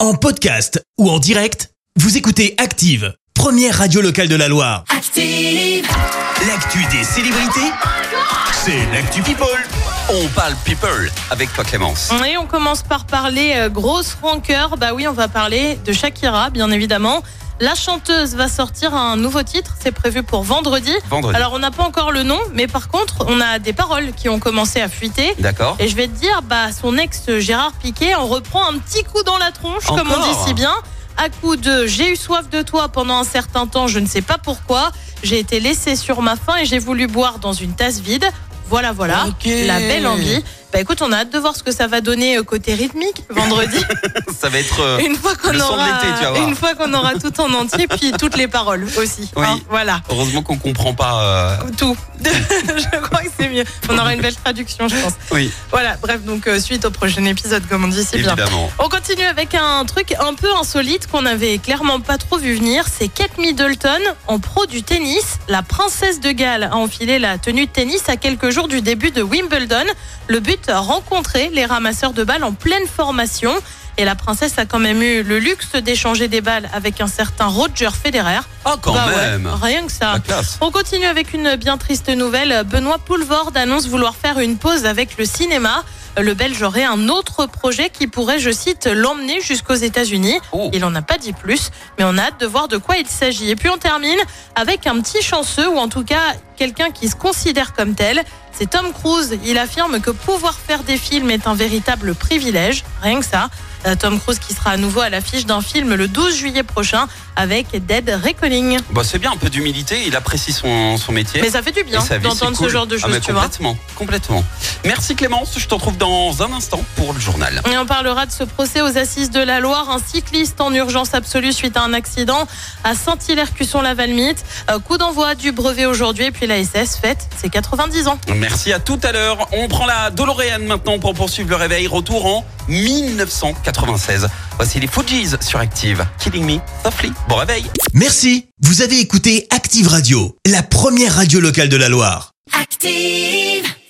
En podcast ou en direct, vous écoutez Active, première radio locale de la Loire. Active. L'actu des célébrités, c'est l'actu People. On parle people avec toi Clémence. Et on commence par parler grosse rancœur. Bah oui, on va parler de Shakira, bien évidemment. La chanteuse va sortir un nouveau titre, c'est prévu pour vendredi. Alors on n'a pas encore le nom, mais par contre on a des paroles qui ont commencé à fuiter. D'accord. Et je vais te dire, son ex Gérard Piqué en reprend un petit coup dans la tronche, comme on dit si bien. À coup de « j'ai eu soif de toi pendant un certain temps, je ne sais pas pourquoi. J'ai été laissée sur ma faim et j'ai voulu boire dans une tasse vide. » Voilà, Okay. La belle envie. Écoute, on a hâte de voir ce que ça va donner côté rythmique vendredi. Ça va être une fois qu'on le son de l'été, tu vas voir. Une fois qu'on aura tout en entier, puis toutes les paroles aussi. Oui. Voilà. Heureusement qu'on comprend pas tout. Je crois que c'est mieux. On aura une belle traduction, je pense. Oui. Voilà, bref, donc suite au prochain épisode, comme on dit si bien. Évidemment. On continue avec un truc un peu insolite qu'on avait clairement pas trop vu venir. C'est Kate Middleton, en pro du tennis. La princesse de Galles a enfilé la tenue de tennis à quelques jours du début de Wimbledon. Le but, rencontrer les ramasseurs de balles en pleine formation. Et la princesse a quand même eu le luxe d'échanger des balles avec un certain Roger Federer. Oh, quand même. Ouais, rien que ça. La classe. On continue avec une bien triste nouvelle. Benoît Poelvoorde annonce vouloir faire une pause avec le cinéma. Le Belge aurait un autre projet qui pourrait, je cite, l'emmener jusqu'aux États-Unis. Oh. Il en a pas dit plus, mais on a hâte de voir de quoi il s'agit. Et puis on termine avec un petit chanceux, ou en tout cas quelqu'un qui se considère comme tel. C'est Tom Cruise. Il affirme que pouvoir faire des films est un véritable privilège. Rien que ça. Tom Cruise qui sera à nouveau à l'affiche d'un film le 12 juillet prochain avec Dead Reckoning. C'est bien, un peu d'humilité, il apprécie son métier. Mais ça fait du bien d'entendre ce genre de choses, tu vois. Complètement. Merci Clémence, je te retrouve dans un instant pour le journal. Et on parlera de ce procès aux assises de la Loire. Un cycliste en urgence absolue suite à un accident à Saint-Hilaire-Cusson-la-Valmite. Coup d'envoi du brevet aujourd'hui et puis la SS fête ses 90 ans. Merci, à tout à l'heure. On prend la DeLorean maintenant pour poursuivre le réveil. Retour en 1996. Voici les Fujis sur Active. Killing Me Softly. Bon réveil. Merci, vous avez écouté Active Radio, la première radio locale de la Loire. Active.